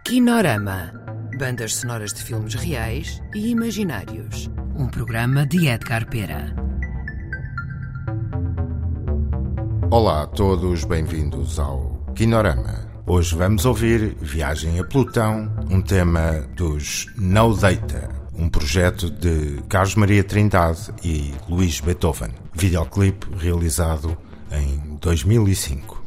Kinorama. Bandas sonoras de filmes reais e imaginários. Um programa de Edgar Pera. Olá a todos, bem-vindos ao Kinorama. Hoje vamos ouvir Viagem a Plutão, um tema dos No Data, um projeto de Carlos Maria Trindade e Luís Beethoven. Videoclipe realizado em 2005.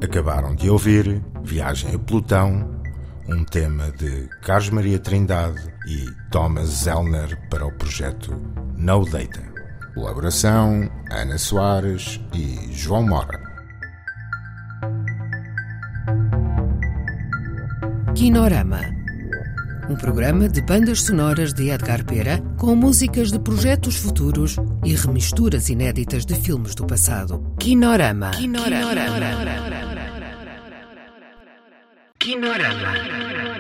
Acabaram de ouvir Viagem a Plutão, um tema de Carlos Maria Trindade e Thomas Zellner para o projeto No Data. Colaboração Ana Soares e João Mora. Kinorama, um programa de bandas sonoras de Edgar Pera com músicas de projetos futuros e remisturas inéditas de filmes do passado. Kinorama. Kinorama.